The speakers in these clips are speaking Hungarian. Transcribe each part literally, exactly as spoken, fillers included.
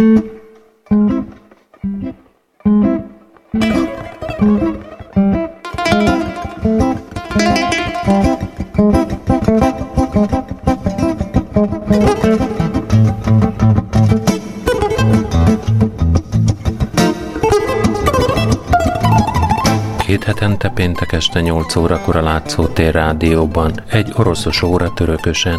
Két hetente péntek este nyolc órakor a Látszótér Rádióban, egy oroszos óra törökösen.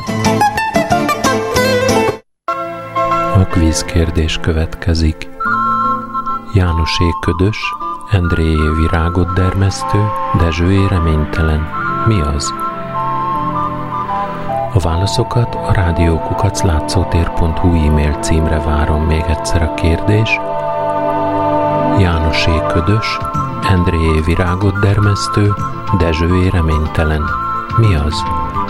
A kvízkérdés következik. Jánosé ködös, Endréjé virágot dermesztő, Dezsőé reménytelen. Mi az? A válaszokat a rádiókukac látszótér pont hu e-mail címre várom. Még egyszer a kérdés. Jánosé ködös, Endréjé virágot dermesztő, Dezsőé reménytelen. Mi az?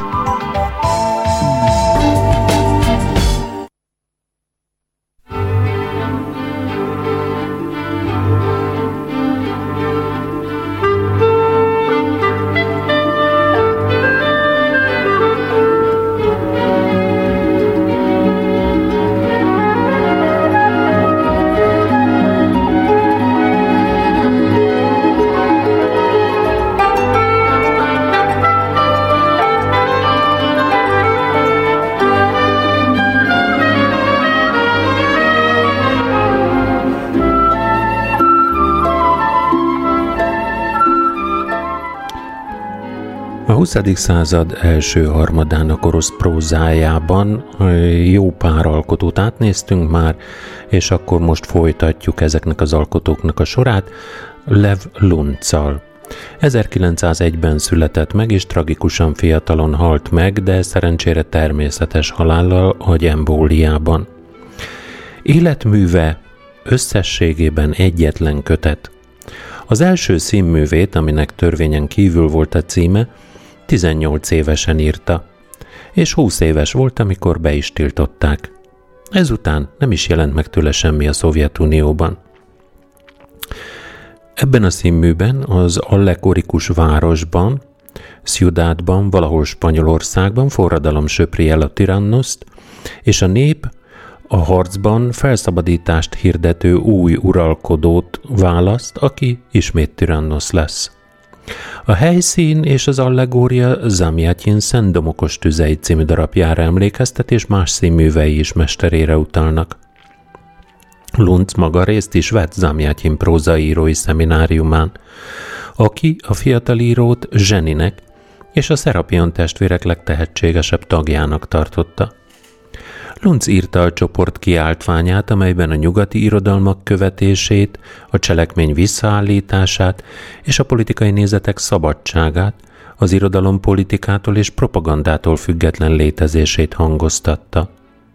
A huszadik század első harmadának orosz prózájában jó pár alkotót átnéztünk már, és akkor most folytatjuk ezeknek az alkotóknak a sorát Lev Lunczal. ezerkilencszázegyben született meg, és tragikusan fiatalon halt meg, de szerencsére természetes halállal, agyembóliában. Életműve összességében egyetlen kötet. Az első színművét, aminek törvényen kívül volt a címe, tizennyolc évesen írta, és húsz éves volt, amikor be is tiltották. Ezután nem is jelent meg tőle semmi a Szovjetunióban. Ebben a színműben az allegorikus városban, Ciudadban, valahol Spanyolországban forradalom söpri el a tirannoszt, és a nép a harcban felszabadítást hirdető új uralkodót választ, aki ismét tirannosz lesz. A helyszín és az allegória Zamjatin Szent Domokos tüzei című darabjára emlékeztet, és más színművei is mesterére utalnak. Luncz maga részt is vett Zamjatin prózaírói szemináriumán, aki a fiatal írót zseninek és a Szerapion testvérek legtehetségesebb tagjának tartotta. Luncz írta a csoport kiáltványát, amelyben a nyugati irodalmak követését, a cselekmény visszaállítását és a politikai nézetek szabadságát, az irodalom politikától és propagandától független létezését hangoztatta.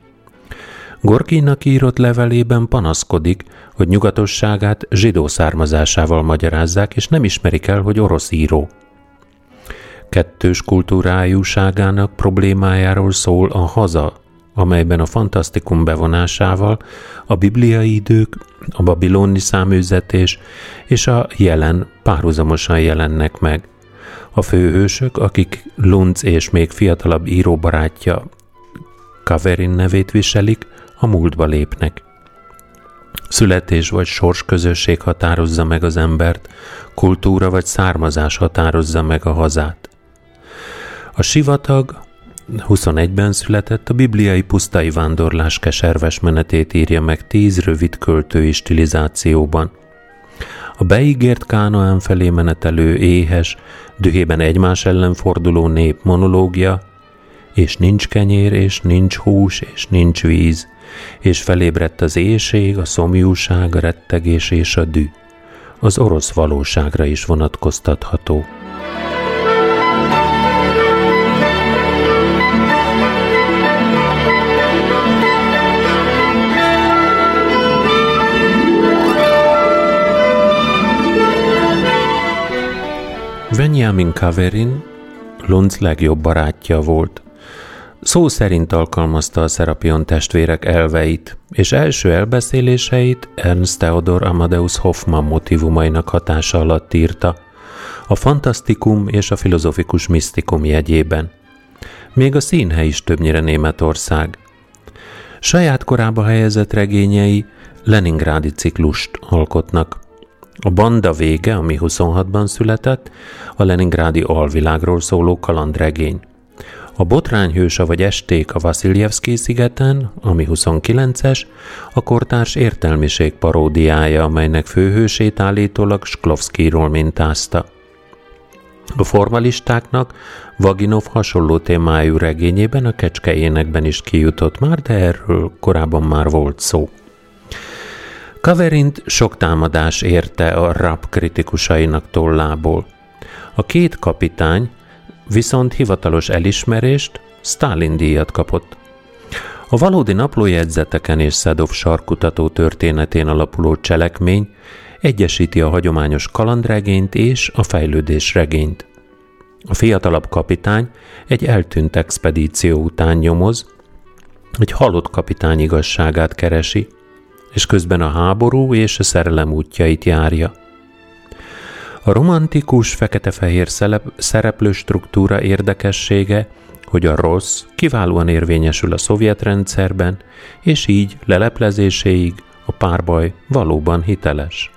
Gorkijnak írott levelében panaszkodik, hogy nyugatosságát zsidó származásával magyarázzák, és nem ismerik el, hogy orosz író. Kettős kultúrájúságának problémájáról szól a Haza, amelyben a fantasztikum bevonásával a bibliai idők, a babiloni száműzetés és a jelen párhuzamosan jelennek meg. A főhősök, akik Luncz és még fiatalabb íróbarátja Kaverin nevét viselik, a múltba lépnek. Születés vagy sorsközösség határozza meg az embert, kultúra vagy származás határozza meg a hazát. A sivatag huszonegyben született, a bibliai pusztai vándorlás keserves menetét írja meg tíz rövid költői stilizációban. A beígért Kánaán felé menetelő éhes, dühében egymás ellen forduló nép monológia, és nincs kenyér, és nincs hús, és nincs víz, és felébredt az éhség, a szomjúság, a rettegés és a düh. Az orosz valóságra is vonatkoztatható. Veniamin Kaverin Luncz legjobb barátja volt. Szó szerint alkalmazta a Szerapion testvérek elveit, és első elbeszéléseit Ernst Theodor Amadeus Hoffmann motívumainak hatása alatt írta, a fantasztikum és a filozofikus misztikum jegyében. Még a színhely is többnyire Németország. Saját korába helyezett regényei leningrádi ciklust alkotnak. A Banda vége, ami huszonhatban született, a leningrádi alvilágról szóló kalandregény. A Botrányhősa vagy Esték a Vasiljevszkij szigeten, ami huszonkilences, a kortárs értelmiség paródiája, amelynek főhősét állítólag Shklovszkijról mintázta. A formalistáknak Vaginov hasonló témájú regényében, a Kecske énekben is kijutott már, de erről korábban már volt szó. Kaverint sok támadás érte a rap kritikusainak tollából. A két kapitány viszont hivatalos elismerést, Sztálin-díjat kapott. A valódi naplójegyzeteken és Szedov sarkutató történetén alapuló cselekmény egyesíti a hagyományos kalandregényt és a fejlődésregényt. A fiatalabb kapitány egy eltűnt expedíció után nyomoz, egy halott kapitány igazságát keresi, és közben a háború és a szerelem útjait járja. A romantikus, fekete-fehér szereplő struktúra érdekessége, hogy a rossz kiválóan érvényesül a szovjet rendszerben, és így leleplezéséig a párbaj valóban hiteles.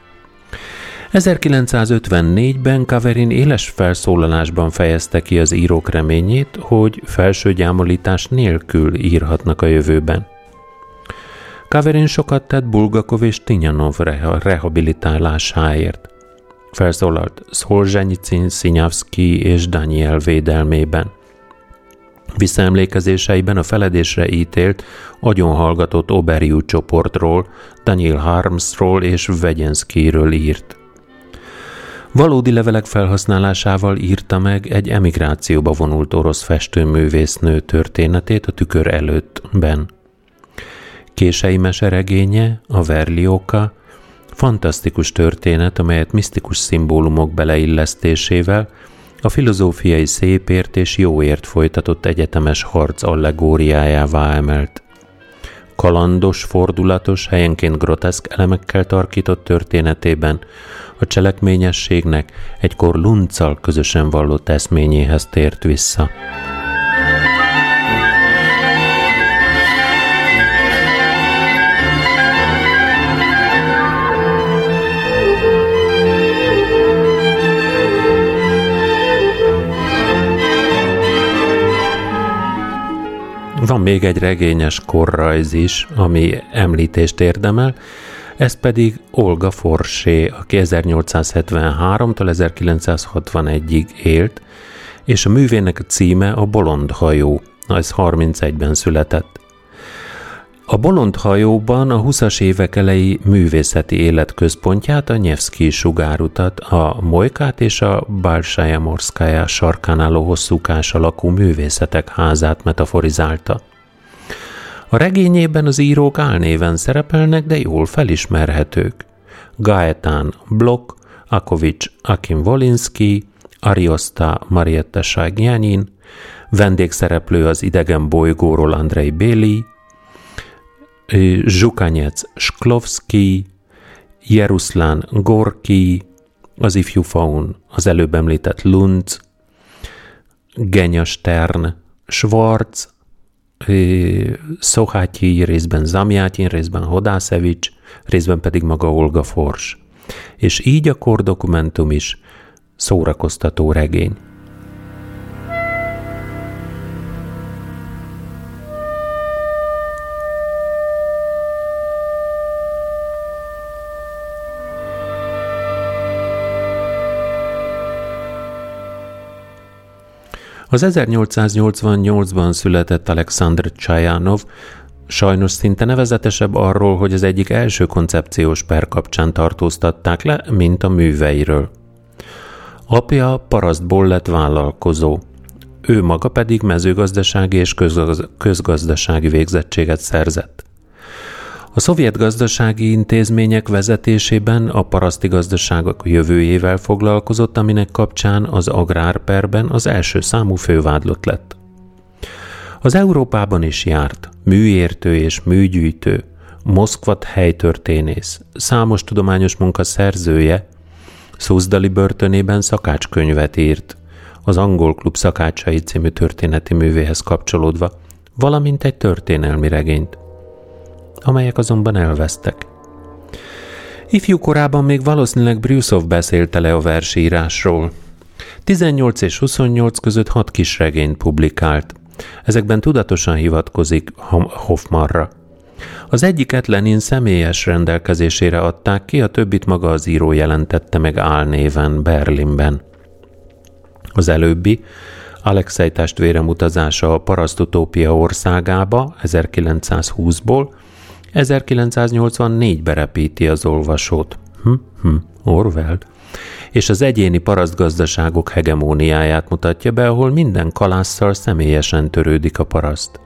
ezerkilencszázötvennégyben Kaverin éles felszólalásban fejezte ki az írók reményét, hogy felsőgyámolítás nélkül írhatnak a jövőben. Kaverin sokat tett Bulgakov és Tinyanov rehabilitálásáért. Felszólalt Szolzsenyicin, Szinyavszkij és Daniel védelmében. Visszaemlékezéseiben a feledésre ítélt, agyonhallgatott Oberiu csoportról, Daniel Harmsról és Vegyenszkijről írt. Valódi levelek felhasználásával írta meg egy emigrációba vonult orosz festőművésznő történetét a tükör előttben. Kései meseregénye, a Verlioka, fantasztikus történet, amelyet misztikus szimbólumok beleillesztésével a filozófiai szépért és jóért folytatott egyetemes harc allegóriájává emelt. Kalandos, fordulatos, helyenként groteszk elemekkel tarkított történetében a cselekményességnek egykor Lunczal közösen vallott eszményéhez tért vissza. Van még egy regényes korrajz is, ami említést érdemel, ez pedig Olga Forsé, aki ezernyolcszázhetvenháromtól ezerkilencszázhatvanegyig élt, és a művének a címe a Bolond hajó, ez harmincegyben született. A Bolond hajóban a húszas évek elejé művészeti élet központját, a Nyevszkij sugárutat, a Mojkát és a Balsaja Morszkaja sarkán álló hosszúkás alakú művészetek házát metaforizálta. A regényében az írók álnéven szerepelnek, de jól felismerhetők. Gaetán Blok, Akovics Akim Volinszkij, Ariosta Marietta Sajgnjanin, vendégszereplő az idegen bolygóról Andrei Béli, Zsukanyec Shklovszkij, Jeruszlán Gorkij, az ifjú faun, az előbb említett Luntz, Genya Stern, Schwarz, Szohátyi, részben Zamjátyin, részben Hodászevics, részben pedig maga Olga Fors. És így a kordokumentum is szórakoztató regény. Az ezernyolcszáznyolcvannyolcban született Alexandr Csajanov sajnos szinte nevezetesebb arról, hogy az egyik első koncepciós per kapcsán tartóztatták le, mint a műveiről. Apja parasztból lett vállalkozó, ő maga pedig mezőgazdasági és közgaz- közgazdasági végzettséget szerzett. A szovjet gazdasági intézmények vezetésében a paraszti gazdaságok jövőjével foglalkozott, aminek kapcsán az agrárperben az első számú fővádlott lett. Az Európában is járt, műértő és műgyűjtő, Moszkvat helytörténész, számos tudományos munka szerzője, Szuzdali börtönében szakácskönyvet írt, az Angol Klub szakácsai című történeti művéhez kapcsolódva, valamint egy történelmi regényt, amelyek azonban elvesztek. Ifjú korában még valószínűleg Brjuszov beszélte le a versírásról. tizennyolc és huszonnyolc között hat kis regényt publikált. Ezekben tudatosan hivatkozik Hoffmanra. Az egyiket Lenin személyes rendelkezésére adták ki, a többit maga az író jelentette meg álnéven Berlinben. Az előbbi, Alexei testvérem utazása a parasztutópia országába ezerkilencszázhúszból, ezerkilencszáznyolcvannégybe repíti az olvasót. Hm, hm, Orwell. És az egyéni parasztgazdaságok hegemóniáját mutatja be, ahol minden kalásszal személyesen törődik a paraszt.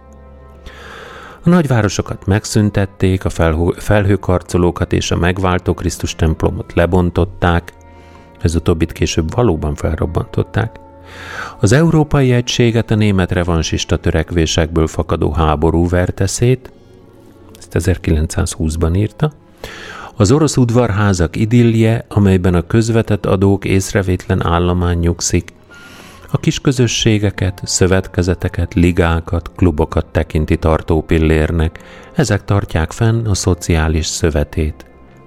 A nagyvárosokat megszüntették, a felhő, felhőkarcolókat és a megváltó Krisztus templomot lebontották, ez utóbbit később valóban felrobbantották. Az európai egységet a német revansista törekvésekből fakadó háború verte szét, ezt ezerkilencszázhúszban írta, az orosz udvarházak idillje, amelyben a közvetett adók észrevétlen állomány nyugszik, a kis közösségeket, szövetkezeteket, ligákat, klubokat tekinti tartó pillérnek, ezek tartják fenn a szociális szövetét.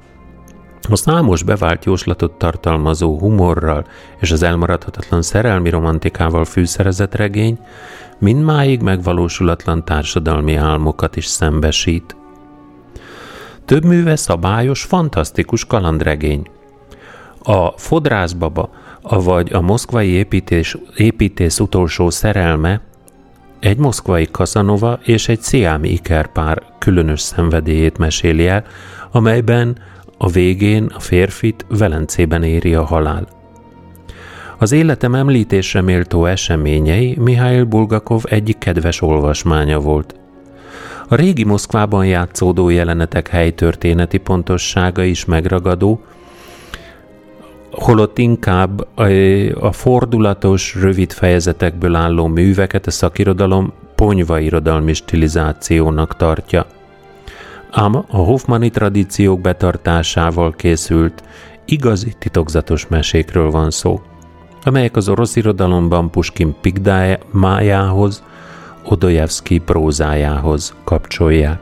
A számos bevált jóslatot tartalmazó humorral és az elmaradhatatlan szerelmi romantikával fűszerezett regény mindmáig megvalósulatlan társadalmi álmokat is szembesít. Több műve szabályos, fantasztikus kalandregény. A Fodrászbaba, avagy a moszkvai építés, építész utolsó szerelme egy moszkvai Casanova és egy sziámi ikerpár különös szenvedélyét meséli el, amelyben a végén a férfit Velencében éri a halál. Az életem említésre méltó eseményei Mihail Bulgakov egyik kedves olvasmánya volt. A régi Moszkvában játszódó jelenetek helytörténeti pontossága is megragadó, holott inkább a fordulatos, rövid fejezetekből álló műveket a szakirodalom ponyvairodalmi stilizációnak tartja. Ám a Hoffmanni tradíciók betartásával készült, igazi titokzatos mesékről van szó, amelyek az orosz irodalomban Puskin pigmájához, Odojevszky prózájához kapcsolják.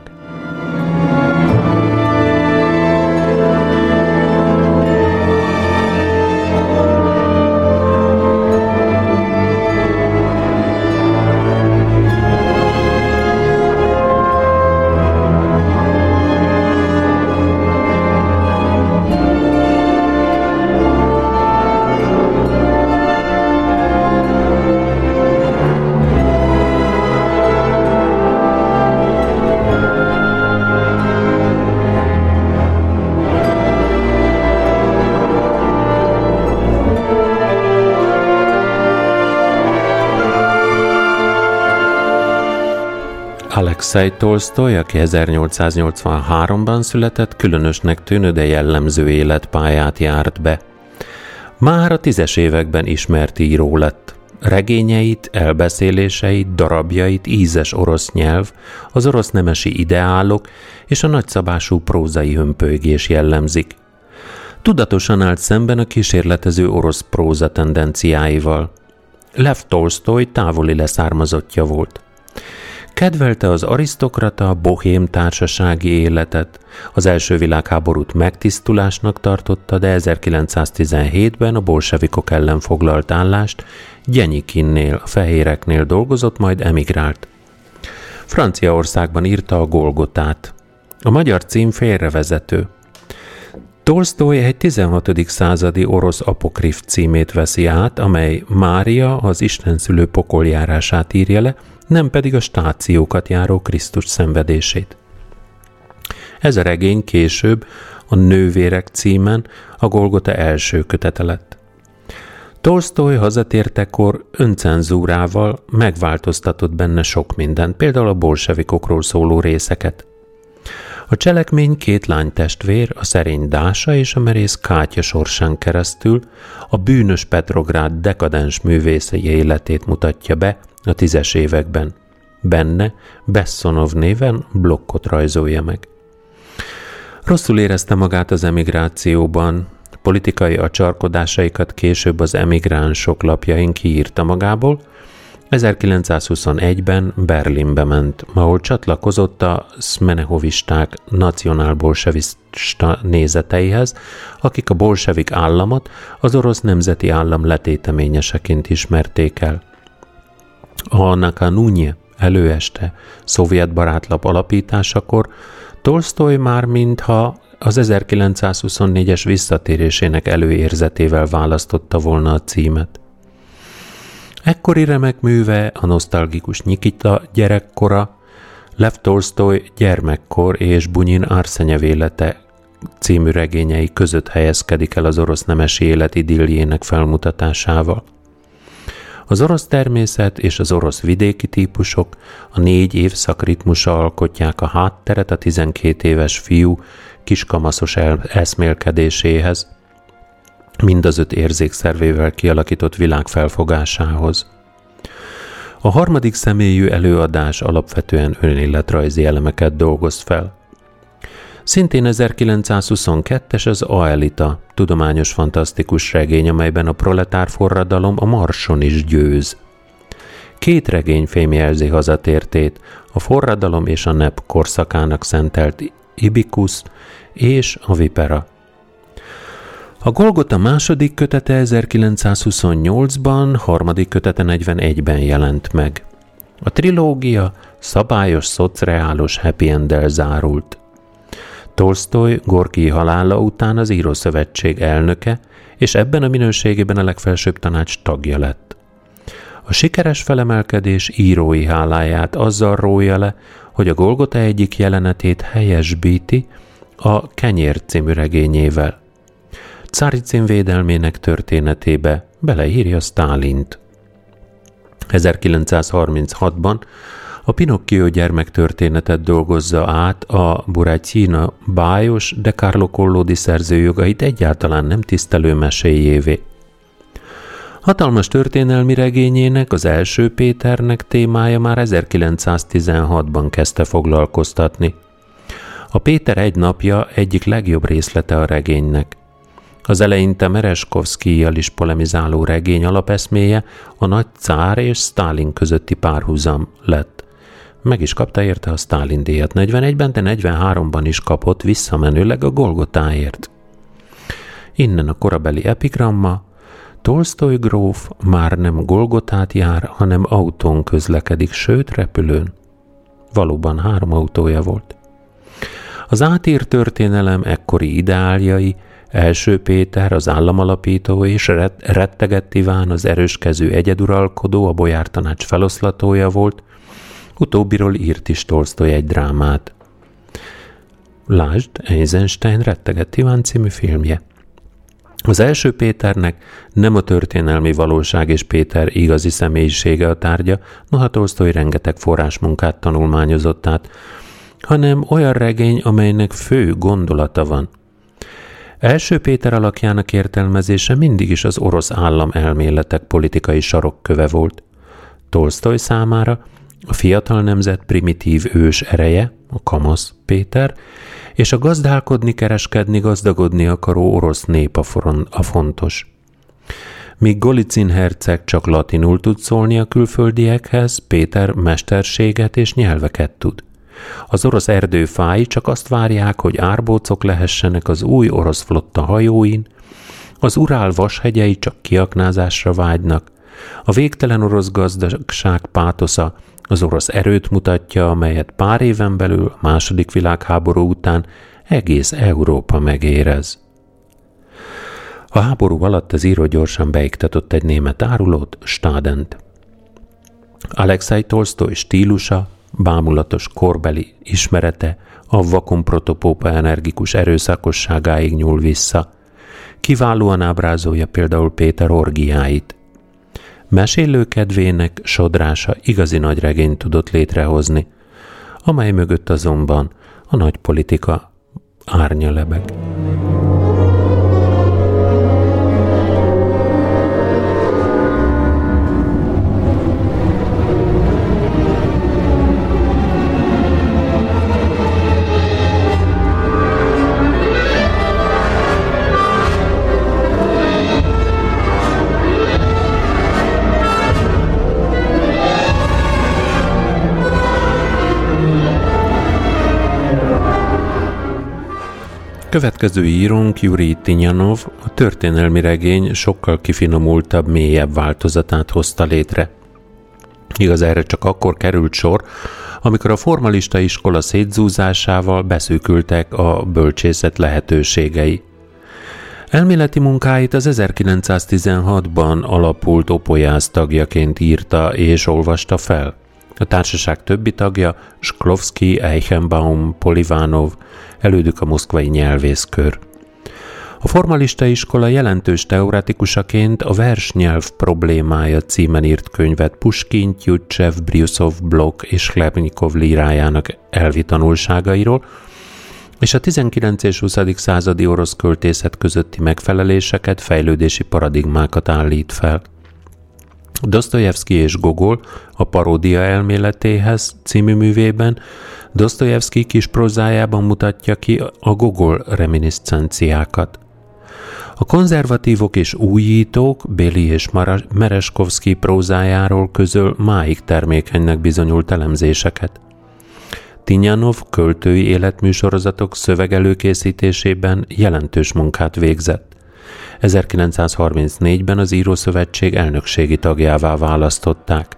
Alexei Tolsztoj, aki ezernyolcszáznyolcvanháromban született, különösnek tűnő, de jellemző életpályát járt be. Már a tízes években ismert író lett. Regényeit, elbeszéléseit, darabjait ízes orosz nyelv, az orosz nemesi ideálok és a nagyszabású prózai hömpölygés jellemzik. Tudatosan állt szemben a kísérletező orosz próza tendenciáival. Lev Tolsztoj távoli leszármazottja volt. Kedvelte az arisztokrata, bohém társasági életet, az első világháborút megtisztulásnak tartotta, de ezerkilencszáztizenhétben a bolsevikok ellen foglalt állást Gyenyikinnél, a fehéreknél dolgozott, majd emigrált. Franciaországban írta a Golgotát. A magyar cím félrevezető. Tolsztoj egy tizenhatodik századi orosz apokrif címét veszi át, amely Mária az istenszülő pokoljárását írja le, nem pedig a stációkat járó Krisztus szenvedését. Ez a regény később a Nővérek címen a Golgota első kötete lett. Tolsztoj hazatértekor öncenzúrával megváltoztatott benne sok mindent, például a bolsevikokról szóló részeket. A cselekmény két lánytestvér, a szerény Dása és a merész Kátya sorsán keresztül a bűnös Petrográd dekadens művészei életét mutatja be a tízes években. Benne Bessonov néven blokkot rajzolja meg. Rosszul érezte magát az emigrációban, politikai acsarkodásaikat később az emigránsok lapjain kiírta magából, ezerkilencszázhuszonegyben Berlinbe ment, ahol csatlakozott a szmenehovisták nacionálbolsevista nézeteihez, akik a bolsevik államot az orosz nemzeti állam letéteményeseként ismerték el. A Nakanunye előeste szovjet barátlap alapításakor Tolsztoj már mintha az ezerkilencszázhuszonnégyes visszatérésének előérzetével választotta volna a címet. Ekkori remek műve a nosztalgikus Nyikita gyerekkora, Lev Tolsztoj gyermekkor és Bunyin Arsenyev élete című regényei között helyezkedik el az orosz nemesi élet idilljének felmutatásával. Az orosz természet és az orosz vidéki típusok a négy évszak ritmusa alkotják a hátteret a tizenkét éves fiú kiskamaszos eszmélkedéséhez, mind az öt érzékszervével kialakított világ felfogásához. A harmadik személyű előadás alapvetően önéletrajzi elemeket dolgoz fel. Szintén ezerkilencszázhuszonkettes az Aelita, tudományos fantasztikus regény, amelyben a proletár forradalom a Marson is győz. Két regény fémjelzi hazatértét, a forradalom és a nep korszakának szentelt Ibikus és a Vipera. A Golgota második kötete ezerkilencszázhuszonnyolcban, harmadik kötete negyvenegyben jelent meg. A trilógia szabályos, szocreálos happy enddel zárult. Tolsztoj Gorkij halála után az Írószövetség elnöke, és ebben a minőségében a legfelsőbb tanács tagja lett. A sikeres felemelkedés írói háláját azzal rója le, hogy a Golgota egyik jelenetét helyesbíti a Kenyér című regényével. Czaricin védelmének történetébe beleírja Sztálint. ezerkilencszázharminchatban a Pinocchio gyermektörténetet dolgozza át a Buratina bájos, de Carlo Collodi szerzőjogait egyáltalán nem tisztelő meséjévé. Hatalmas történelmi regényének, az első Péternek témája már ezerkilencszáztizenhatban kezdte foglalkoztatni. A Péter egy napja egyik legjobb részlete a regénynek. Az eleinte Mereskovszkijjal is polemizáló regény alapeszméje a nagy cár és Sztálin közötti párhuzam lett. Meg is kapta érte a Sztálin díjat negyvenegyben, de negyvenháromban is kapott visszamenőleg a Golgotáért. Innen a korabeli epigramma: Tolsztoj gróf már nem Golgotát jár, hanem autón közlekedik, sőt repülőn. Valóban három autója volt. Az átírt történelem ekkori ideáljai: első Péter, az államalapító, és rettegett Iván, az erőskező egyeduralkodó, a bolyártanács feloszlatója volt, utóbbiról írt is Tolsztoj egy drámát. Lásd Eisenstein Rettegett Iván című filmje. Az első Péternek nem a történelmi valóság és Péter igazi személyisége a tárgya, noha Tolsztoj rengeteg forrásmunkát tanulmányozott át, hanem olyan regény, amelynek fő gondolata van. Első Péter alakjának értelmezése mindig is az orosz állam elméletek politikai sarokköve volt. Tolsztoj számára a fiatal nemzet primitív ős ereje, a kamasz Péter, és a gazdálkodni, kereskedni, gazdagodni akaró orosz nép a, foron, a fontos. Míg Golicin herceg csak latinul tud szólni a külföldiekhez, Péter mesterséget és nyelveket tud. Az orosz erdőfái csak azt várják, hogy árbócok lehessenek az új orosz flotta hajóin, az Urál vashegyei csak kiaknázásra vágynak, a végtelen orosz gazdagság pátosza az orosz erőt mutatja, amelyet pár éven belül a második világháború után egész Európa megérez. A háború alatt az író gyorsan beiktatott egy német árulót, Stadent. Alexei Tolsztoj stílusa, bámulatos korbeli ismerete a vakum protopópa energikus erőszakosságáig nyúl vissza. Kiválóan ábrázolja például Péter orgiáit. Mesélőkedvének sodrása igazi nagy regényt tudott létrehozni, amely mögött azonban a nagy politika árnya lebeg. Következő írónk Jurij Tinyanov a történelmi regény sokkal kifinomultabb, mélyebb változatát hozta létre. Igaz, erre csak akkor került sor, amikor a formalista iskola szétzúzásával beszűkültek a bölcsészet lehetőségei. Elméleti munkáit az ezerkilencszáztizenhatban alapult Opolyász tagjaként írta és olvasta fel. A társaság többi tagja, Shklovsky, Eichenbaum, Polivanov, elődük a moszkvai nyelvészkör. A formalista iskola jelentős teoretikusaként a Versnyelv problémája címen írt könyvet Puskin, Tyutchev, Brjuszov, Blok és Hlebnikov lírájának elvi tanulságairól, és a tizenkilencedik és huszadik századi orosz költészet közötti megfeleléseket, fejlődési paradigmákat állít fel. Dosztojevszky és Gogol a Paródia elméletéhez című művében Dosztojevszky kis prózájában mutatja ki a Gogol reminiscenciákat. A konzervatívok és újítók Béli és Mereskovszky prózájáról közöl máig termékenynek bizonyult elemzéseket. Tinyanov költői életműsorozatok szövegelőkészítésében jelentős munkát végzett. ezerkilencszázharmincnégyben az Írószövetség elnökségi tagjává választották.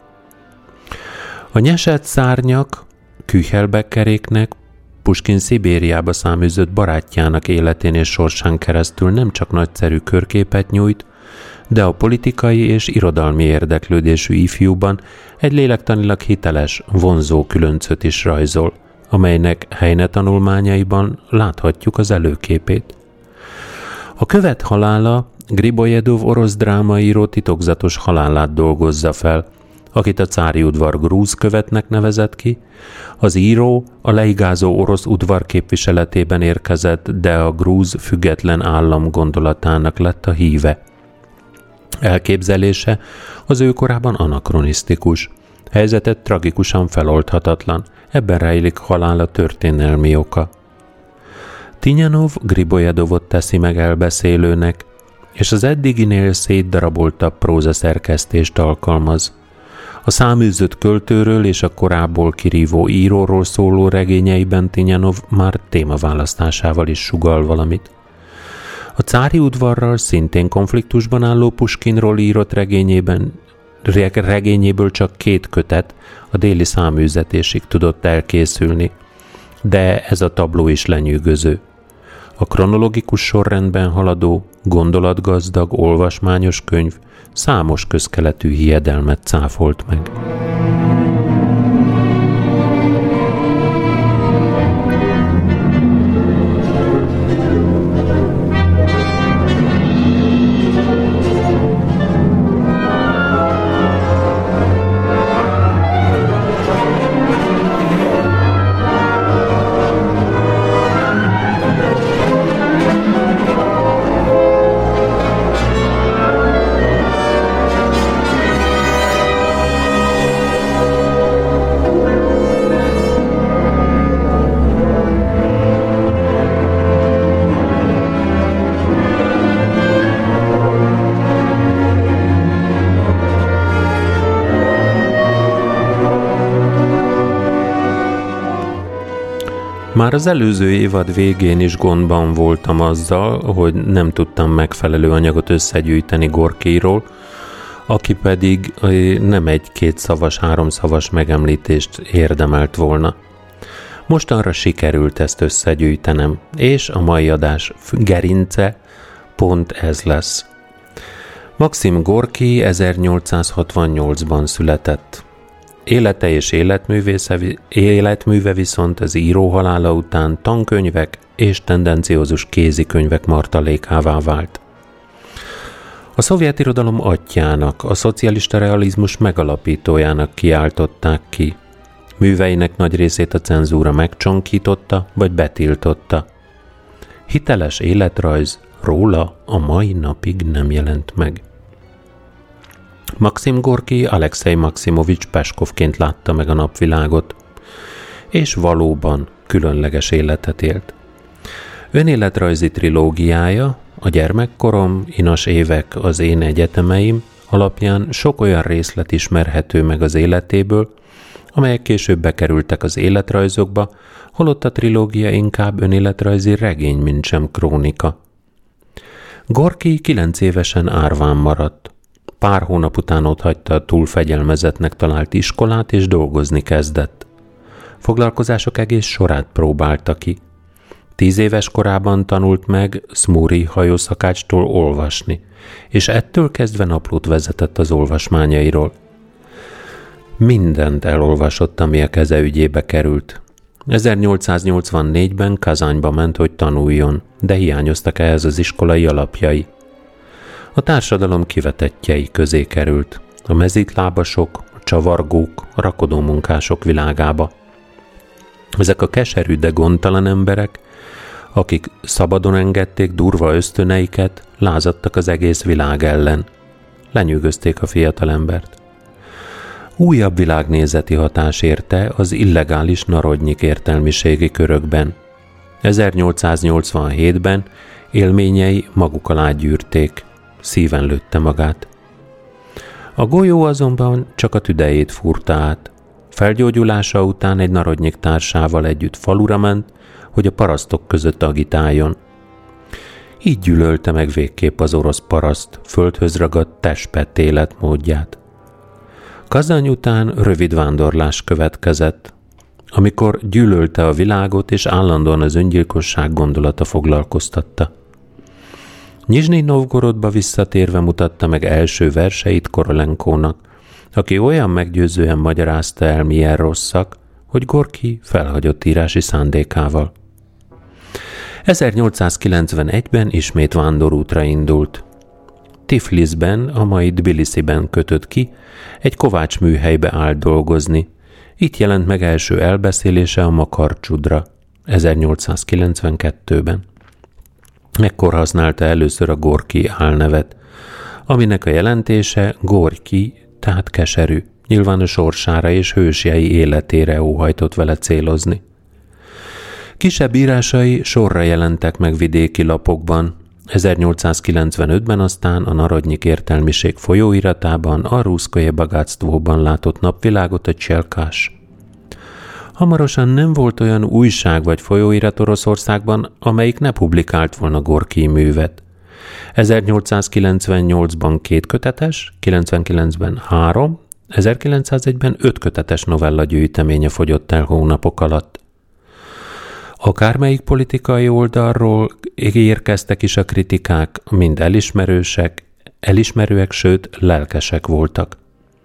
A Nyesett szárnyak Küchelbeckeréknek Puskin Szibériába száműzött barátjának életén és sorsán keresztül nem csak nagyszerű körképet nyújt, de a politikai és irodalmi érdeklődésű ifjúban egy lélektanilag hiteles, vonzó különcöt is rajzol, amelynek Heine tanulmányaiban láthatjuk az előképét. A követ halála Gribojedov orosz drámaíró titokzatos halálát dolgozza fel, akit a cári udvar grúz követnek nevezett ki. Az író a leigázó orosz udvar képviseletében érkezett, de a grúz független állam gondolatának lett a híve. Elképzelése az ő korában anakronisztikus, helyzetet tragikusan feloldhatatlan, ebben rejlik halála történelmi oka. Tinyanov Gribojedovot teszi meg elbeszélőnek, és az eddiginél szétdaraboltabb prózaszerkesztést alkalmaz. A száműzött költőről és a korábból kirívó íróról szóló regényeiben Tinyanov már témaválasztásával is sugall valamit. A cári udvarral szintén konfliktusban álló Puskinról írott regényében, regényéből csak két kötet, a Déli száműzetésig tudott elkészülni, de ez a tabló is lenyűgöző. A kronológikus sorrendben haladó, gondolatgazdag, olvasmányos könyv számos közkeletű hiedelmet cáfolt meg. Már az előző évad végén is gondban voltam azzal, hogy nem tudtam megfelelő anyagot összegyűjteni Gorkiról, aki pedig nem egy kétszavas, háromszavas megemlítést érdemelt volna. Mostanra sikerült ezt összegyűjtenem, és a mai adás gerince pont ez lesz. Maxim Gorki ezernyolcszázhatvannyolcban született. Élete és életműve viszont az író halála után tankönyvek és tendenciózus kézikönyvek martalékává vált. A szovjet irodalom atyjának, a szocialista realizmus megalapítójának kiáltották ki. Műveinek nagy részét a cenzúra megcsonkította vagy betiltotta. Hiteles életrajz róla a mai napig nem jelent meg. Maxim Gorki Alexei Maximovics Peskovként látta meg a napvilágot, és valóban különleges életet élt. Önéletrajzi trilógiája, a Gyermekkorom, Inas évek, az én egyetemeim alapján sok olyan részlet ismerhető meg az életéből, amelyek később bekerültek az életrajzokba, holott a trilógia inkább önéletrajzi regény, mint sem krónika. Gorki kilenc évesen árván maradt. Pár hónap után otthagyta a túl fegyelmezetnek talált iskolát, és dolgozni kezdett. Foglalkozások egész sorát próbálta ki. Tíz éves korában tanult meg Szmúri hajószakácstól olvasni, és ettől kezdve naplót vezetett az olvasmányairól. Mindent elolvasott, ami a keze ügyébe került. ezernyolcszáznyolcvannégyben Kazányba ment, hogy tanuljon, de hiányoztak ehhez az iskolai alapjai. A társadalom kivetettjei közé került, a mezítlábasok, a csavargók, a rakodómunkások világába. Ezek a keserű, de gondtalan emberek, akik szabadon engedték durva ösztöneiket, lázadtak az egész világ ellen. Lenyűgözték a fiatalembert. Újabb világnézeti hatás érte az illegális narodnyik értelmiségi körökben. ezernyolcszáznyolcvanhétben élményei maguk alá gyűrték, szíven lőtte magát. A golyó azonban csak a tüdejét fúrta át. Felgyógyulása után egy narodnyik társával együtt falura ment, hogy a parasztok között agitáljon. Így gyűlölte meg végképp az orosz paraszt, földhöz ragadt testpett életmódját. Kazany után rövid vándorlás következett, amikor gyűlölte a világot, és állandóan az öngyilkosság gondolata foglalkoztatta. Nyizsnyi Novgorodba visszatérve mutatta meg első verseit Korolenkónak, aki olyan meggyőzően magyarázta el, milyen rosszak, hogy Gorki felhagyott írási szándékával. ezernyolcszázkilencvenegyben ismét vándorútra indult. Tiflisben, a mai Tbilisiben kötött ki, egy kovácsműhelybe állt dolgozni. Itt jelent meg első elbeszélése a Makarcsudra, ezernyolcszázkilencvenkettőben. Ekkor használta először a Gorki álnevet, aminek a jelentése Gorki, tehát keserű, nyilván a sorsára és hősjei életére óhajtott vele célozni. Kisebb írásai sorra jelentek meg vidéki lapokban, ezernyolcszázkilencvenötben aztán a Narodnyik értelmiség folyóiratában, a Ruszkoje Bagatsztvóban látott napvilágot a Cselkás. Hamarosan nem volt olyan újság vagy folyóirat Oroszországban, amelyik ne publikált volna Gorki művet. ezernyolcszázkilencvennyolcban két kötetes, kilencvenkilencben három, ezerkilencszázegyben öt kötetes novella gyűjteménye fogyott el hónapok alatt. Akármelyik politikai oldalról érkeztek is a kritikák, mind elismerősek, elismerőek, sőt lelkesek voltak.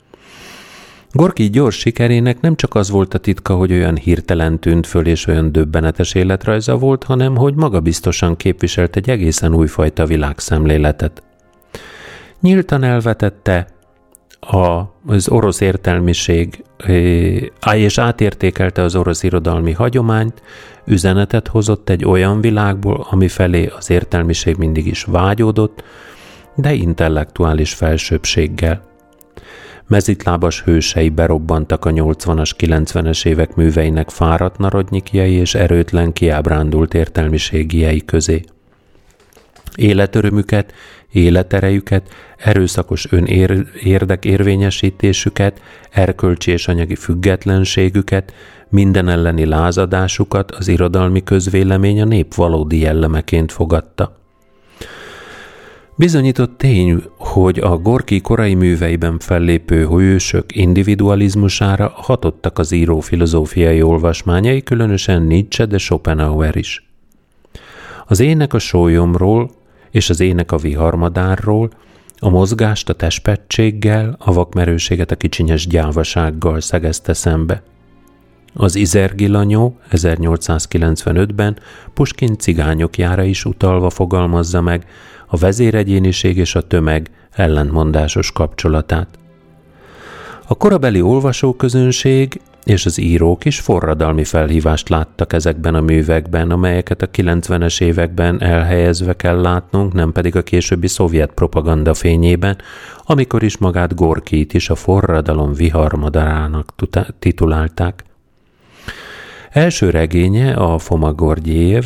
Gorki gyors sikerének nem csak az volt a titka, hogy olyan hirtelen tűnt föl és olyan döbbenetes életrajza volt, hanem hogy magabiztosan képviselt egy egészen újfajta világszemléletet. Nyíltan elvetette a, az orosz értelmiség és átértékelte az orosz irodalmi hagyományt, üzenetet hozott egy olyan világból, ami felé az értelmiség mindig is vágyódott, de intellektuális felsőbbséggel. Mezitlábas hősei berobbantak a nyolcvanas, kilencvenes évek műveinek fáradt narodnyikjai és erőtlen, kiábrándult értelmiségiei közé. Életörömüket, életerejüket, erőszakos önérdekérvényesítésüket, erkölcsi és anyagi függetlenségüket, minden elleni lázadásukat az irodalmi közvélemény a nép valódi jellemeként fogadta. Bizonyított tény, hogy a Gorki korai műveiben fellépő hősök individualizmusára hatottak az író filozófiai olvasmányai, különösen Nietzsche, de Schopenhauer is. Az ének a sólyomról és az ének a viharmadárról, a mozgást a testpettséggel, a vakmerőséget a kicsinyes gyávasággal szegezte szembe. Az Izergilanyó ezernyolcszázkilencvenötben Puskin cigányokjára is utalva fogalmazza meg a vezéregyéniség és a tömeg ellentmondásos kapcsolatát. A korabeli olvasóközönség és az írók is forradalmi felhívást láttak ezekben a művekben, amelyeket a kilencvenes években elhelyezve kell látnunk, nem pedig a későbbi szovjet propaganda fényében, amikor is magát Gorkit is a forradalom viharmadarának titulálták. Első regénye, a Fomagorgyéjev,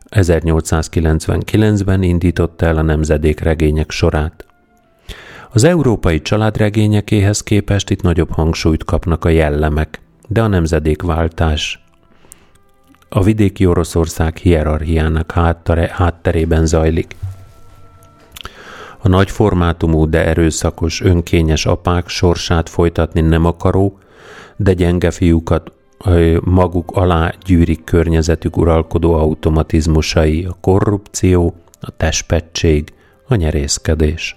ezernyolcszázkilencvenkilencben indította el a nemzedék regények sorát. Az európai családregényekéhez képest itt nagyobb hangsúlyt kapnak a jellemek. de a nemzedékváltás a vidéki Oroszország hierarchiának háttere, hátterében zajlik. A nagy formátumú, de erőszakos, önkényes apák sorsát folytatni nem akaró, de gyenge fiúkat maguk alá gyűrik környezetük uralkodó automatizmusai, a korrupció, a testpettség, a nyerészkedés.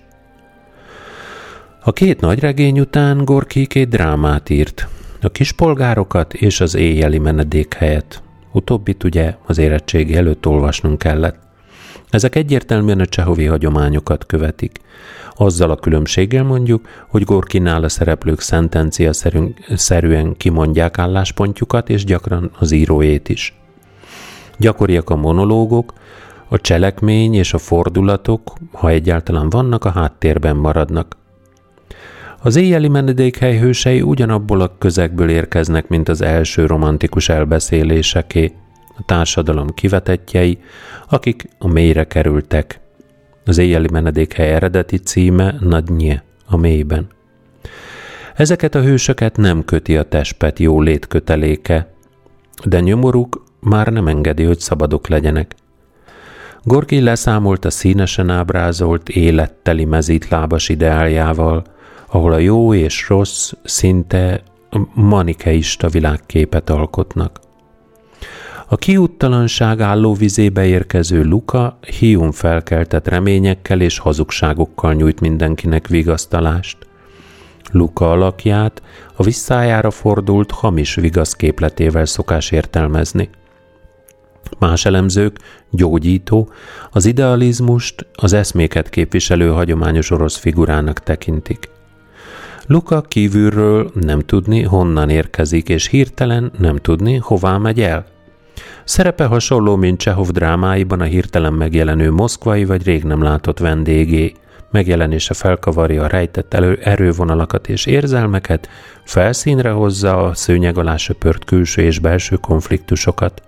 A két nagy regény után Gorki két drámát írt, a Kispolgárokat és az Éjjeli menedékhelyet. Utóbbit ugye az érettségi előtt olvasnunk kellett. Ezek egyértelműen a csehovi hagyományokat követik. Azzal a különbséggel mondjuk, hogy Gorkinál a szereplők szentencia szerűen kimondják álláspontjukat, és gyakran az íróét is. Gyakoriak a monológok, a cselekmény és a fordulatok, ha egyáltalán vannak, a háttérben maradnak. Az Éjjeli menedékhely hősei ugyanabból a közegből érkeznek, mint az első romantikus elbeszéléseké, a társadalom kivetettjei, akik a mélyre kerültek. Az Éjjeli menedékhely eredeti címe Nadnye, a mélyben. Ezeket a hősöket nem köti a testpet jó létköteléke, de nyomoruk már nem engedi, hogy szabadok legyenek. Gorki leszámolt a színesen ábrázolt, életteli mezítlábas ideáljával, ahol a jó és rossz szinte manikeista világképet alkotnak. A kiúttalanság állóvizébe érkező Luka hiún felkeltett reményekkel és hazugságokkal nyújt mindenkinek vigasztalást. Luka alakját a visszájára fordult hamis vigaszképletével szokás értelmezni. Más elemzők gyógyító, az idealizmust, az eszméket képviselő hagyományos orosz figurának tekintik. Luka kívülről nem tudni, honnan érkezik, és hirtelen nem tudni, hová megy el. Szerepe hasonló, mint Csehov drámáiban a hirtelen megjelenő moszkvai vagy rég nem látott vendégé. Megjelenése felkavarja a rejtett elő, erővonalakat és érzelmeket, felszínre hozza a szőnyeg alá söpört külső és belső konfliktusokat.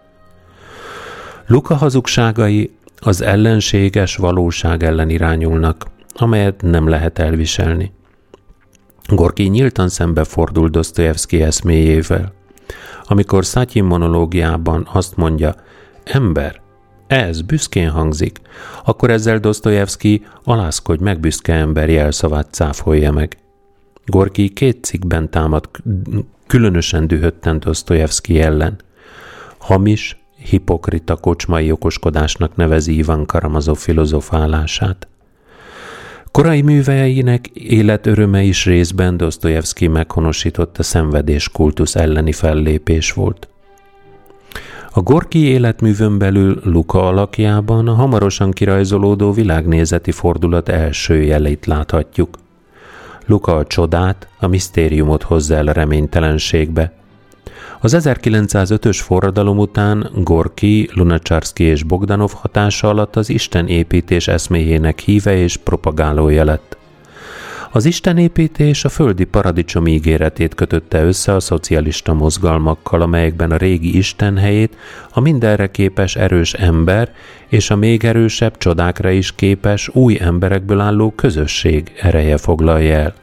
Luka hazugságai az ellenséges valóság ellen irányulnak, amelyet nem lehet elviselni. Gorki nyíltan szembefordul Dosztojevszki eszméjével. Amikor Szatyin monológiában azt mondja, ember, ez büszkén hangzik, akkor ezzel Dosztojevszki alázkodj meg büszke ember jelszavát cáfolja meg. Gorki két cikkben támad különösen dühötten Dosztojevszki ellen. Hamis, hipokrita kocsmai okoskodásnak nevezi Ivan Karamazov filozofálását. Korai műveinek életöröme is részben Dosztojevszki meghonosította szenvedéskultusz elleni fellépés volt. A Gorki életművön belül Luka alakjában a hamarosan kirajzolódó világnézeti fordulat első jelét láthatjuk. Luka a csodát, a misztériumot hozza el a reménytelenségbe. Az ezerkilencszázötös forradalom után Gorki, Lunacharsky és Bogdanov hatása alatt az istenépítés eszméjének híve és propagálója lett. Az istenépítés a földi paradicsom ígéretét kötötte össze a szocialista mozgalmakkal, amelyekben a régi isten helyét a mindenre képes erős ember és a még erősebb csodákra is képes új emberekből álló közösség ereje foglalja el.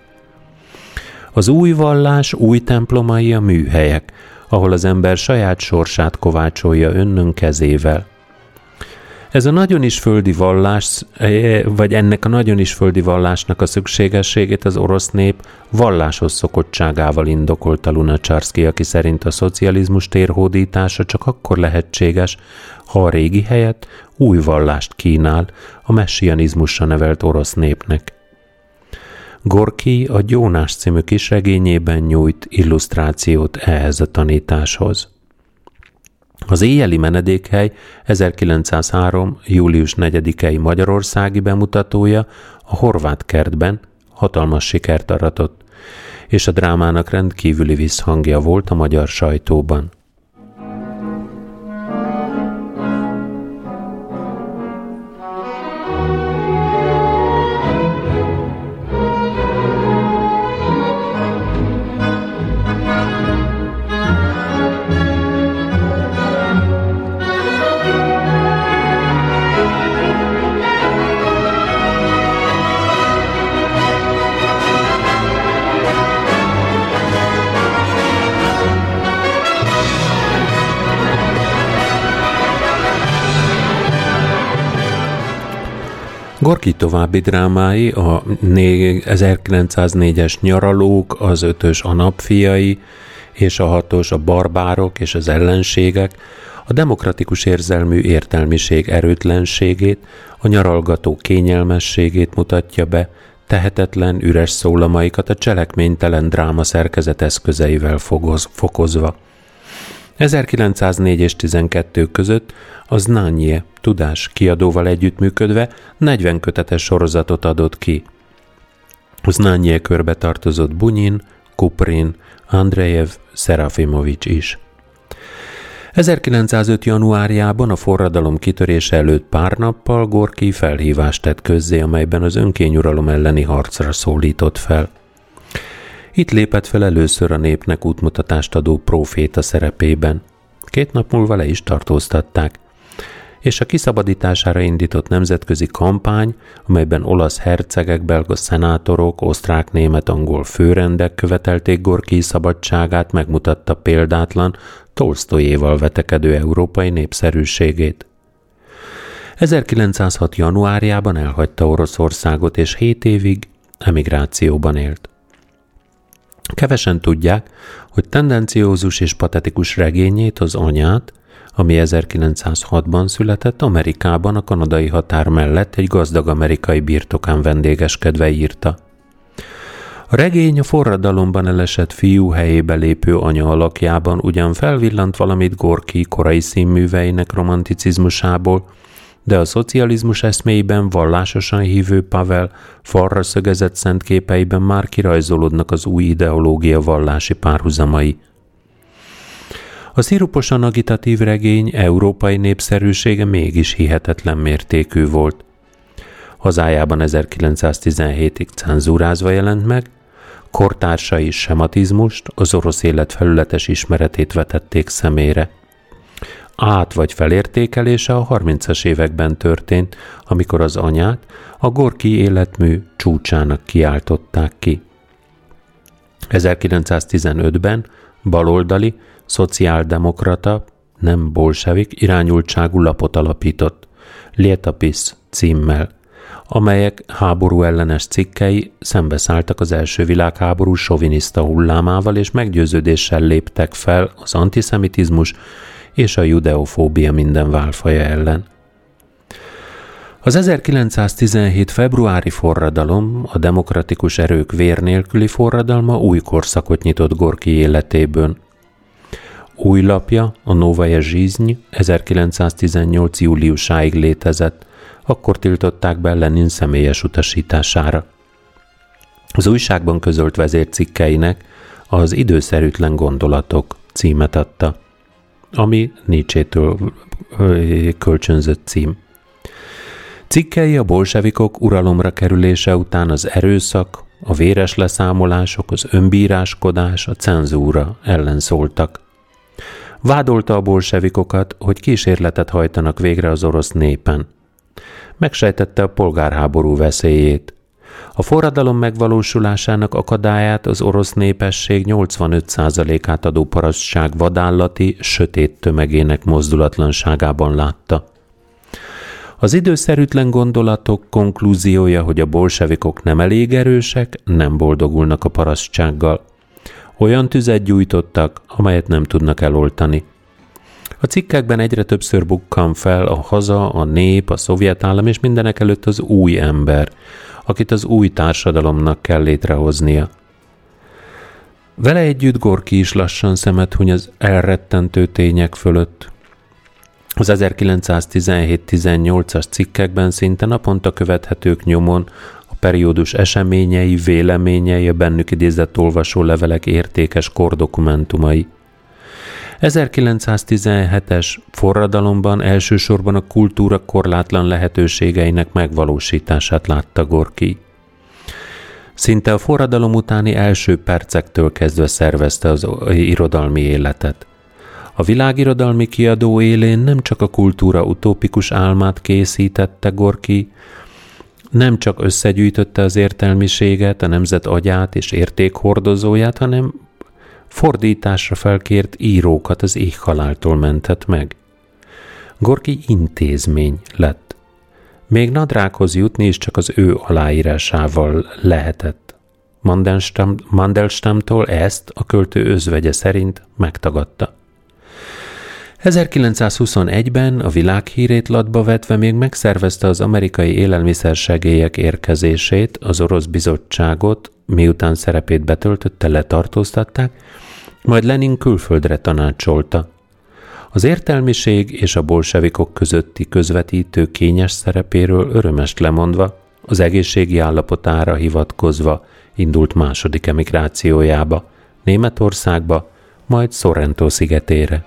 Az új vallás új templomai a műhelyek, ahol az ember saját sorsát kovácsolja önnön kezével. Ez a nagyon is földi vallás, vagy ennek a nagyon is földi vallásnak a szükségességét az orosz nép valláshoz szokottságával indokolta Lunacharsky, aki szerint a szocializmus térhódítása csak akkor lehetséges, ha a régi helyett új vallást kínál a messianizmusra nevelt orosz népnek. Gorki a Gyónás című kisregényében nyújt illusztrációt ehhez a tanításhoz. Az Éjjeli menedékhely ezerkilencszázhárom. július negyedikei magyarországi bemutatója a Horváth kertben hatalmas sikert aratott, és a drámának rendkívüli visszhangja volt a magyar sajtóban. Gorki további drámái, a ezerkilencszáznégyes Nyaralók, az ötös A napfiai, és a hatos A barbárok és az ellenségek, a demokratikus érzelmű értelmiség erőtlenségét, a nyaralgató kényelmességét mutatja be, tehetetlen, üres szólamaikat a cselekménytelen dráma szerkezet eszközeivel fogoz, fokozva. ezerkilencszáznégy és tizenkettő között a Znanje Tudás kiadóval együttműködve negyven kötetes sorozatot adott ki. A Znanje körbe tartozott Bunyin, Kuprin, Andrejev, Szerafimovics is. ezerkilencszázöt januárjában a forradalom kitörése előtt pár nappal Gorki felhívást tett közzé, amelyben az önkényuralom elleni harcra szólított fel. Itt lépett fel először a népnek útmutatást adó próféta szerepében. Két nap múlva le is tartóztatták, és a kiszabadítására indított nemzetközi kampány, amelyben olasz hercegek, belga szenátorok, osztrák, német, angol főrendek követelték Gorki szabadságát, megmutatta példátlan, Tolsztojéval vetekedő európai népszerűségét. ezerkilencszázhat januárjában elhagyta Oroszországot, és hét évig emigrációban élt. Kevesen tudják, hogy tendenciózus és patetikus regényét, az Anyát, ami ezerkilencszázhatban született, Amerikában a kanadai határ mellett egy gazdag amerikai birtokán vendégeskedve írta. A regény a forradalomban elesett fiú helyébe lépő anya alakjában ugyan felvillant valamit Gorki korai színműveinek romanticizmusából, de a szocializmus eszméiben vallásosan hívő Pavel falra szögezett szent képeiben már kirajzolódnak az új ideológia vallási párhuzamai. A sziruposan agitatív regény európai népszerűsége mégis hihetetlen mértékű volt. Hazájában ezerkilencszáztizenhétig cenzúrázva jelent meg, kortársai sematizmust, az orosz élet felületes ismeretét vetették szemére. Át- vagy felértékelése a harmincas években történt, amikor az Anyát a Gorki életmű csúcsának kiáltották ki. ezerkilencszáztizenötben baloldali, szociáldemokrata, nem bolsevik irányultságú lapot alapított, Lietopis címmel, amelyek háború ellenes cikkei szembeszálltak az első világháború soviniszta hullámával, és meggyőződéssel léptek fel az antiszemitizmus és a judeofóbia minden válfaja ellen. Az ezerkilencszáztizenhét februári forradalom, a demokratikus erők vér nélküli forradalma új korszakot nyitott Gorki életéből. Új lapja, a Novaja Zsizny ezerkilencszáztizennyolc júliusáig létezett, akkor tiltották be Lenin személyes utasítására. Az újságban közölt vezércikkeinek az Időszerűtlen gondolatok címet adta, ami Nietzsétől kölcsönzött cím. Cikkei a bolsevikok uralomra kerülése után az erőszak, a véres leszámolások, az önbíráskodás, a cenzúra ellen szóltak. Vádolta a bolsevikokat, hogy kísérletet hajtanak végre az orosz népen. Megsejtette a polgárháború veszélyét. A forradalom megvalósulásának akadályát az orosz népesség nyolcvanöt százalékát adó parasztság vadállati, sötét tömegének mozdulatlanságában látta. Az Időszerűtlen gondolatok konklúziója, hogy a bolsevikok nem elég erősek, nem boldogulnak a parasztsággal. Olyan tüzet gyújtottak, amelyet nem tudnak eloltani. A cikkekben egyre többször bukkan fel a haza, a nép, a szovjet állam és mindenekelőtt az új ember, akit az új társadalomnak kell létrehoznia. Vele együtt Gorki is lassan szemet huny az elrettentő tények fölött. Az ezerkilencszáztizenhét tizennyolcas cikkekben szinte naponta követhetők nyomon a periódus eseményei, véleményei, a bennük idézett olvasólevelek értékes kordokumentumai. ezerkilencszáztizenhetes forradalomban elsősorban a kultúra korlátlan lehetőségeinek megvalósítását látta Gorki. Szinte a forradalom utáni első percektől kezdve szervezte az irodalmi életet. A világirodalmi kiadó élén nem csak a kultúra utópikus álmát készítette Gorki, nem csak összegyűjtötte az értelmiséget, a nemzet agyát és értékhordozóját, hanem fordításra felkért írókat az éhhaláltól mentett meg. Gorki intézmény lett. Még nadrághoz jutni is csak az ő aláírásával lehetett. Mandelstam, Mandelstamtól ezt a költő özvegye szerint megtagadta. ezerkilencszázhuszonegyben a világhírét latba vetve még megszervezte az amerikai élelmiszersegélyek érkezését, az orosz bizottságot, miután szerepét betöltötte, letartóztatták, majd Lenin külföldre tanácsolta. Az értelmiség és a bolsevikok közötti közvetítő kényes szerepéről örömest lemondva, az egészségi állapotára hivatkozva indult második emigrációjába, Németországba, majd Sorrento szigetére.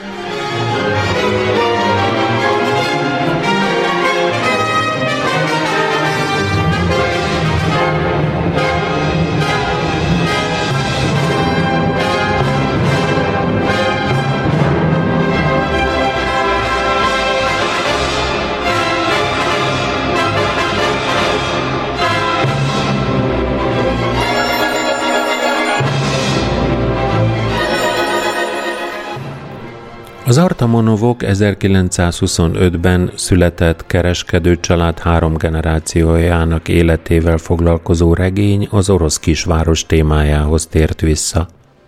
Az Artamonovok ezerkilencszázhuszonötben született kereskedő család három generációjának életével foglalkozó regény az orosz kisváros témájához tért vissza.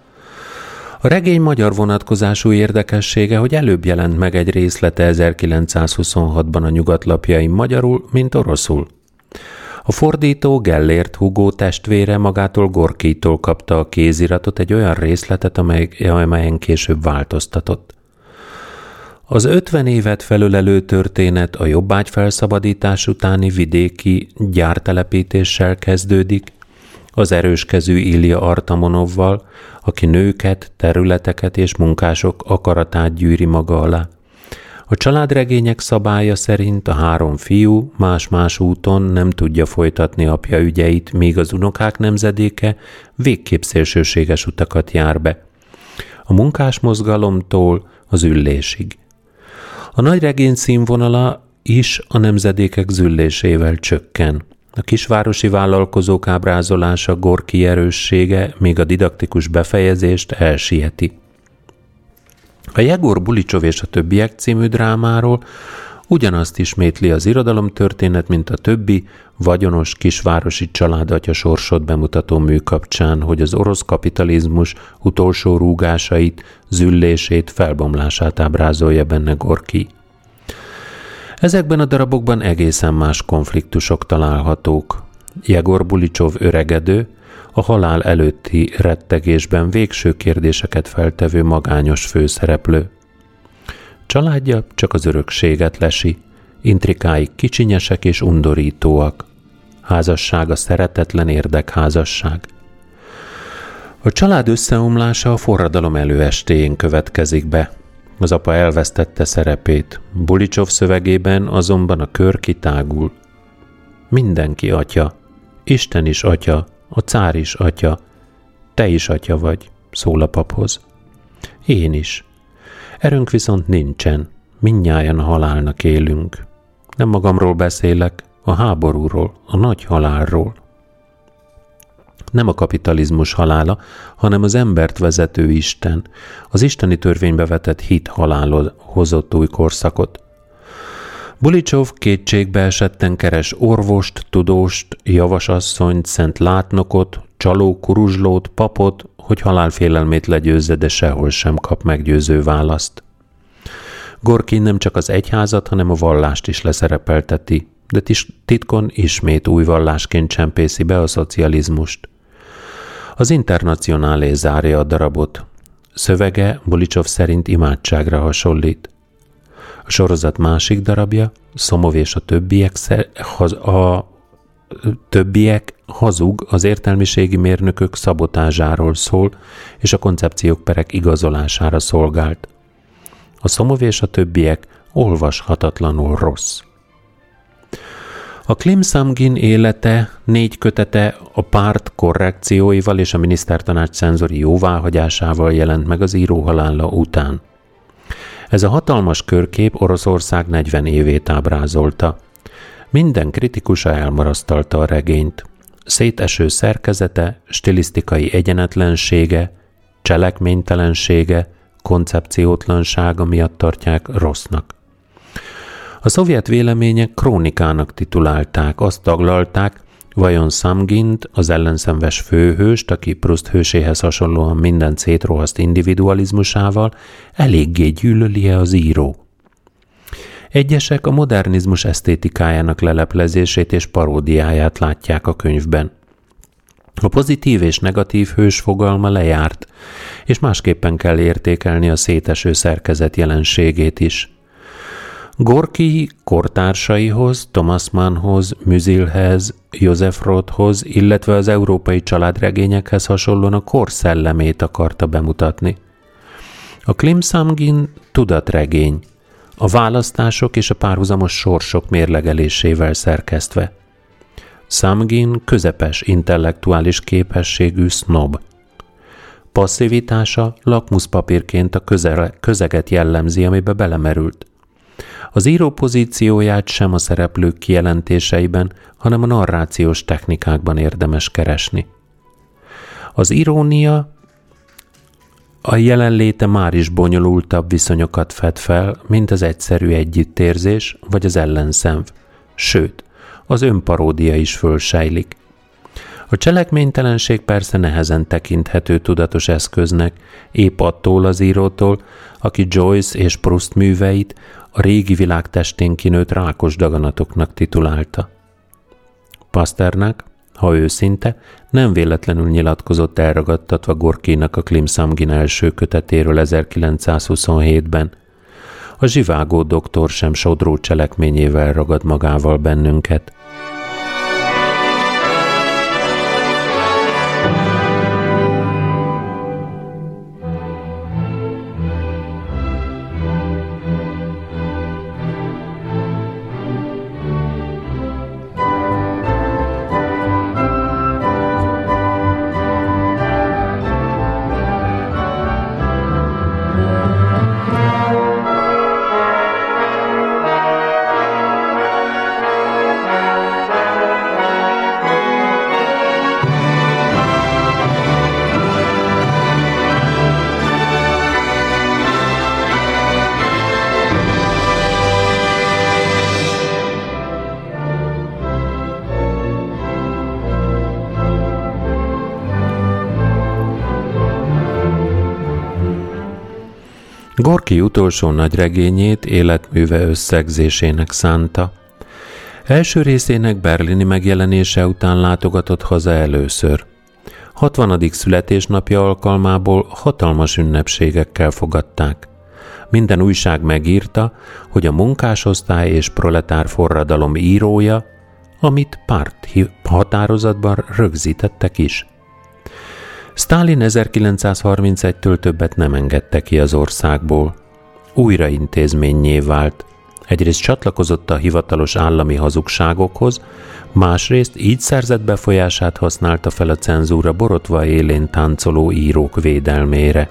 A regény magyar vonatkozású érdekessége, hogy előbb jelent meg egy részlete ezerkilencszázhuszonhatban a nyugatlapjain magyarul, mint oroszul. A fordító Gellért Hugo testvére magától Gorkijtól kapta a kéziratot, egy olyan részletet, amely, amelyen később változtatott. Az ötven évet felölelő történet a jobbágyfelszabadítás utáni vidéki gyártelepítéssel kezdődik, az erőskezű Ilja Artamonovval, aki nőket, területeket és munkások akaratát gyűri maga alá. A családregények szabálya szerint a három fiú más-más úton nem tudja folytatni apja ügyeit, míg az unokák nemzedéke végképp szélsőséges utakat jár be. A munkásmozgalomtól az üllésig. A nagy regény színvonala is a nemzedékek züllésével csökken. A kisvárosi vállalkozók ábrázolása Gorkij erőssége még a didaktikus befejezést elsieti. A Jegor Bulicsov és a többiek című drámáról ugyanazt ismétli az irodalomtörténet, mint a többi vagyonos kisvárosi családatya sorsot bemutató mű kapcsán, hogy az orosz kapitalizmus utolsó rúgásait, züllését, felbomlását ábrázolja benne Gorkij. Ezekben a darabokban egészen más konfliktusok találhatók. Jegor Bulicsov öregedő, a halál előtti rettegésben végső kérdéseket feltevő magányos főszereplő. Családja csak az örökséget lesi, intrikáik kicsinyesek és undorítóak. Házassága szeretetlen érdekházasság. A család összeomlása a forradalom előestéjén következik be. Az apa elvesztette szerepét, Bulicsov szövegében azonban a kör kitágul. Mindenki atya, Isten is atya, a cár is atya, te is atya vagy, szól a paphoz. Én is. Erőnk viszont nincsen, mindnyájan a halálnak élünk. Nem magamról beszélek, a háborúról, a nagy halálról. Nem a kapitalizmus halála, hanem az embert vezető Isten, az isteni törvénybe vetett hit halálod hozott új korszakot. Bulicsov kétségbe esetten keres orvost, tudóst, javasasszonyt, szent látnokot, csaló kuruzslót, papot, hogy halálfélelmét legyőzze, de sehol sem kap meggyőző választ. Gorkij nem csak az egyházat, hanem a vallást is leszerepelteti, de titkon ismét új vallásként csempészi be a szocializmust. Az Internacionálé zárja a darabot. Szövege Bulicsov szerint imádságra hasonlít. A sorozat másik darabja, Szomov és a többiek, a többiek hazug az értelmiségi mérnökök szabotázsáról szól, és a koncepciók perek igazolására szolgált. A Szomov és a többiek olvashatatlanul rossz. A Klim Samgin élete négy kötete a párt korrekcióival és a minisztertanács cenzori jóváhagyásával jelent meg az író halála után. Ez a hatalmas körkép Oroszország negyven évét ábrázolta. Minden kritikusa elmarasztalta a regényt. Széteső szerkezete, stilisztikai egyenetlensége, cselekménytelensége, koncepciótlansága miatt tartják rossznak. A szovjet vélemények krónikának titulálták, azt taglalták, vajon Samgint, az ellenszenves főhőst, aki Proust hőséhez hasonlóan mindent szétrohaszt individualizmusával, eléggé gyűlöli-e az író. Egyesek a modernizmus esztétikájának leleplezését és paródiáját látják a könyvben. A pozitív és negatív hős fogalma lejárt, és másképpen kell értékelni a széteső szerkezet jelenségét is. Gorki kortársaihoz, Thomas Mannhoz, Musilhez, Joseph Rothhoz, illetve az európai családregényekhez hasonlóan a kor szellemét akarta bemutatni. A Klim Samgin tudatregény, a választások és a párhuzamos sorsok mérlegelésével szerkesztve. Samgin közepes intellektuális képességű sznob. Passzivitása lakmuszpapírként a közele, közeget jellemzi, amibe belemerült. Az író pozícióját sem a szereplők kijelentéseiben, hanem a narrációs technikákban érdemes keresni. Az irónia a jelenléte már is bonyolultabb viszonyokat fed fel, mint az egyszerű együttérzés vagy az ellenszenv. Sőt, az önparódia is fölsejlik. A cselekménytelenség persze nehezen tekinthető tudatos eszköznek, épp attól az írótól, aki Joyce és Proust műveit a régi világ testén kinőtt rákos daganatoknak titulálta. Pasternak, ha őszinte, nem véletlenül nyilatkozott elragadtatva Gorkinak a Klim Samgin első kötetéről ezerkilencszázhuszonhétben. A zsivágó doktor sem sodró cselekményével ragad magával bennünket. Gorki utolsó nagyregényét életműve összegzésének szánta. Első részének berlini megjelenése után látogatott haza először. hatvanadik születésnapja alkalmából hatalmas ünnepségekkel fogadták. Minden újság megírta, hogy a munkásosztály és proletár forradalom írója, amit párt határozatban rögzítettek is. Sztálin ezerkilencszázharmincegytől többet nem engedte ki az országból. Újra intézménnyé vált. Egyrészt csatlakozott a hivatalos állami hazugságokhoz, másrészt így szerzett befolyását használta fel a cenzúra borotva élén táncoló írók védelmére.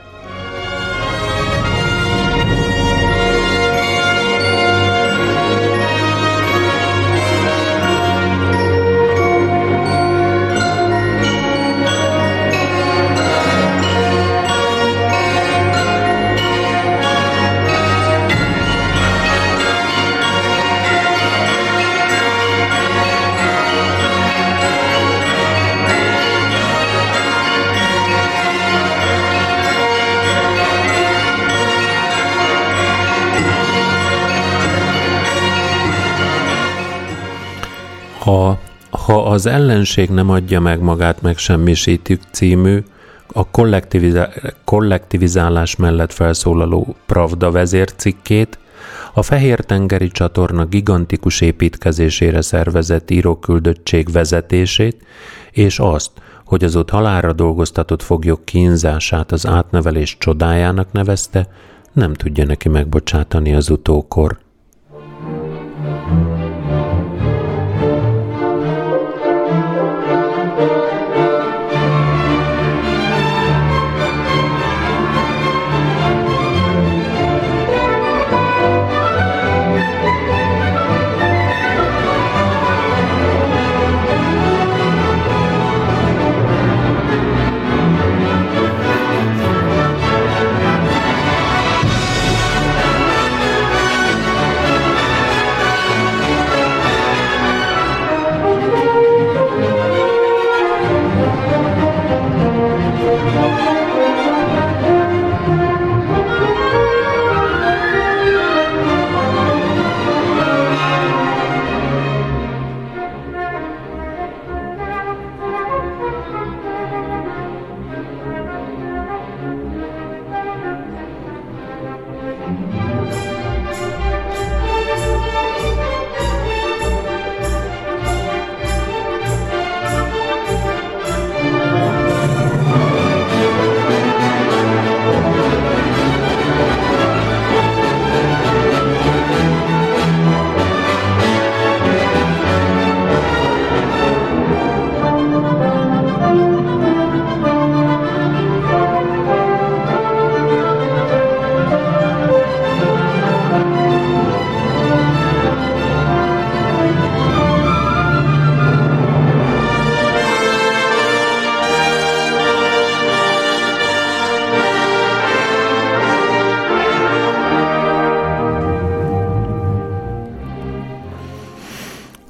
A Ha az ellenség nem adja meg magát, megsemmisítjük című, a kollektivizá- kollektivizálás mellett felszólaló Pravda vezércikkét, a Fehér-tengeri csatorna gigantikus építkezésére szervezett íróküldöttség vezetését, és azt, hogy az ott halálra dolgoztatott foglyok kínzását az átnevelés csodájának nevezte, nem tudja neki megbocsátani az utókor.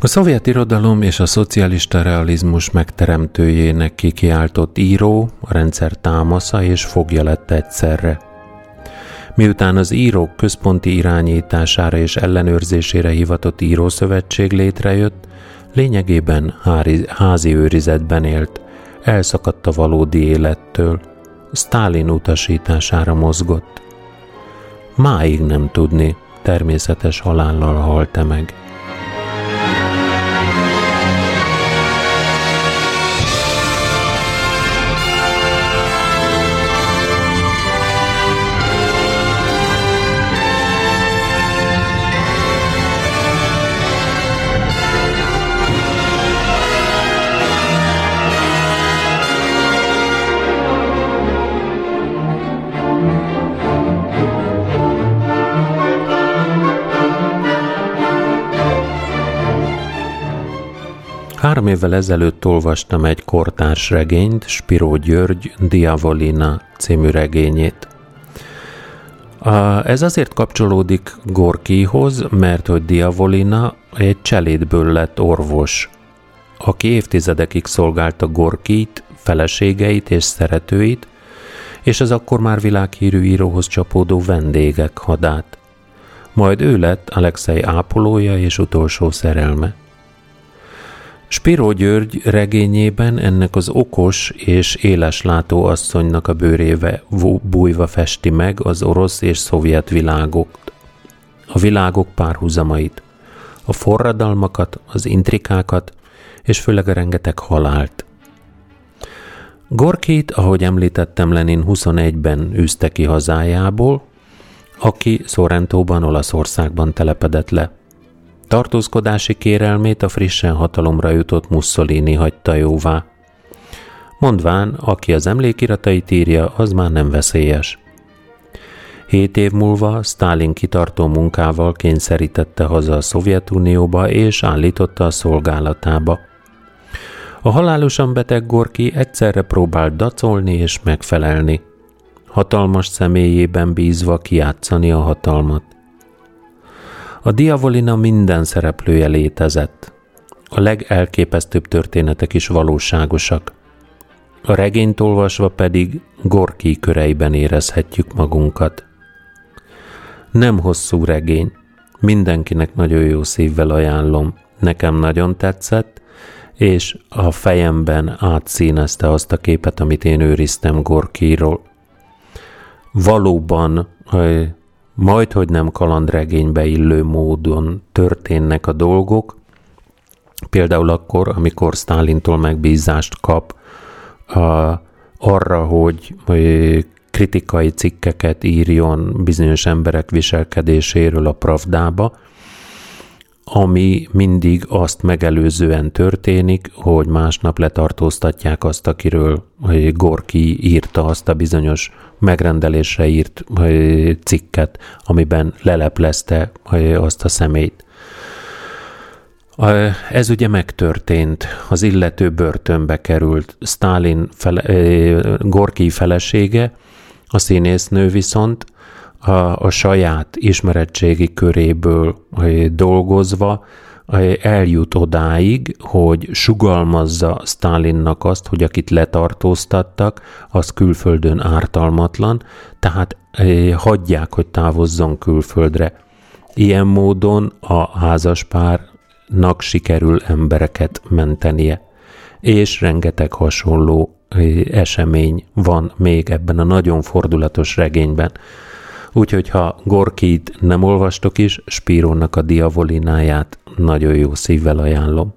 A szovjet irodalom és a szocialista realizmus megteremtőjének kikiáltott író, a rendszer támasza és fogja lett egyszerre. Miután az írók központi irányítására és ellenőrzésére hivatott írószövetség létrejött, lényegében házi, házi őrizetben élt, elszakadt a valódi élettől, Sztálin utasítására mozgott. Máig nem tudni, természetes halállal halt-e meg. Három évvel ezelőtt olvastam egy kortárs regényt, Spiró György Diavolina című regényét. Ez azért kapcsolódik Gorkihoz, mert hogy Diavolina egy cselédből lett orvos, aki évtizedekig szolgálta Gorkit, feleségeit és szeretőit, és az akkor már világhírű íróhoz csapódó vendégek hadát. Majd ő lett Alexei ápolója és utolsó szerelme. Spiró György regényében ennek az okos és éleslátó asszonynak a bőrébe bújva festi meg az orosz és szovjet világokat, a világok párhuzamait, a forradalmakat, az intrikákat, és főleg a rengeteg halált. Gorkit, ahogy említettem, Lenin huszonegyben űzte ki hazájából, aki Sorrentóban, Olaszországban telepedett le. Tartózkodási kérelmét a frissen hatalomra jutott Mussolini hagyta jóvá. Mondván, aki az emlékiratait írja, az már nem veszélyes. Hét év múlva Sztálin kitartó munkával kényszerítette haza a Szovjetunióba és állította a szolgálatába. A halálosan beteg Gorki egyszerre próbált dacolni és megfelelni, hatalmas személyében bízva kijátszani a hatalmat. A Diavolina minden szereplője létezett. A legelképesztőbb történetek is valóságosak. A regényt olvasva pedig Gorki köreiben érezhetjük magunkat. Nem hosszú regény. Mindenkinek nagyon jó szívvel ajánlom. Nekem nagyon tetszett, és a fejemben átszínezte azt a képet, amit én őriztem Gorkiról. Valóban majdhogy nem kalandregénybe illő módon történnek a dolgok, például akkor, amikor Sztálintól megbízást kap a, arra, hogy, hogy kritikai cikkeket írjon bizonyos emberek viselkedéséről a Pravdába, ami mindig azt megelőzően történik, hogy másnap letartóztatják azt, akiről Gorki írta azt a bizonyos megrendelésre írt cikket, amiben leleplezte azt a személyt. Ez ugye megtörtént, az illető börtönbe került. Sztálin fele, Gorki felesége, a színésznő viszont a, a saját ismeretségi köréből dolgozva eljut odáig, hogy sugalmazza Sztálinnak azt, hogy akit letartóztattak, az külföldön ártalmatlan, tehát hagyják, hogy távozzon külföldre. Ilyen módon a házaspárnak sikerül embereket mentenie. És rengeteg hasonló esemény van még ebben a nagyon fordulatos regényben. Úgyhogy ha Gorkit nem olvastok is, Spirónak a Diavolináját nagyon jó szívvel ajánlom.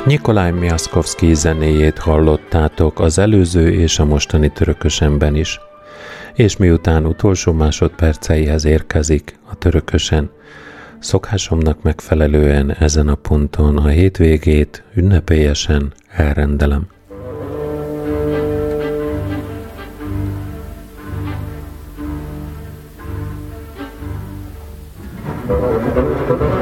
Nyikolaj Miaszkowski zenéjét hallottátok az előző és a mostani Törökösenben is. És miután utolsó másodperceihez érkezik a Törökösen, szokásomnak megfelelően ezen a ponton a hétvégét ünnepélyesen elrendelem. Thank you.